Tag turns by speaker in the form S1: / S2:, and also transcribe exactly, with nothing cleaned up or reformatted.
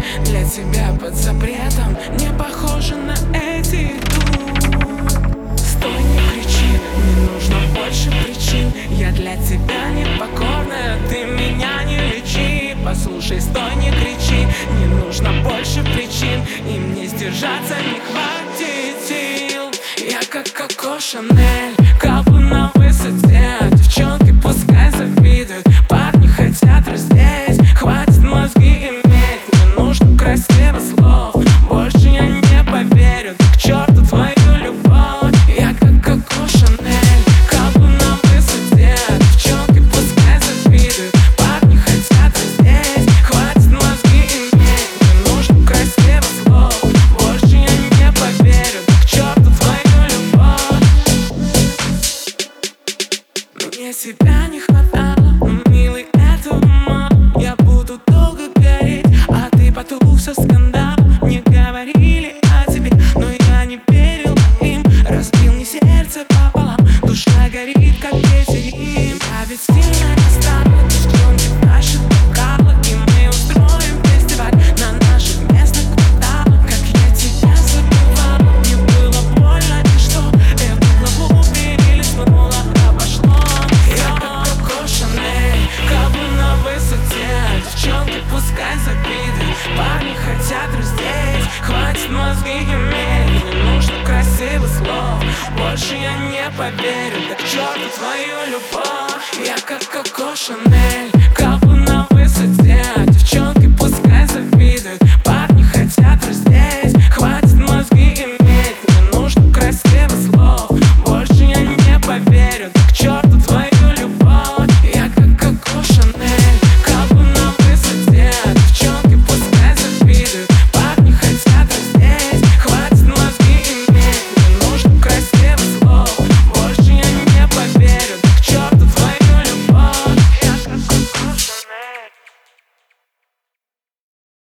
S1: для тебя под запретом, не похожа на эти тут. Стой, не кричи, не нужно больше причин. Я для тебя непокорная, ты меня не лечи. Послушай, стой, не кричи, не нужно больше причин, и мне сдержаться не хватит сил. Я как Коко Шанель, каплю на высоте. Девчонки пускай завидуют, парни хотят раздеть. Хватит мозги иметь, мне нужно красивых слов. Больше я не поверю, к черту твою любовь. Я как Коко Шанель, каплю на высоте. Девчонки пускай завидуют, парни хотят раздеть. Хватит мозги иметь, мне нужно красивых слов. Больше я не поверю, к черту твою любовь. Мне тебя не хватало, но, милый, этого мало. Я буду долго гореть, а ты потухся в скандал. Мне говорили о тебе, но я не верил им. Разбил мне сердце пополам, душа горит, как ветерин. А ведь сильно не стало, девчонки тащат бокалы, и мы устроим фестиваль на наших местных кварталах. Как я тебя забывала, мне было больно, и что эту главу перелистнула, обошло. Я как Коко Шанель, каплю на высоте. Девчонки пускай завидуют, парни хотят раздеть. Хватит мозги иметь, мне нужно красивых слов. Больше я не поверю, да к черту твою любовь. Я как Коко Шанель.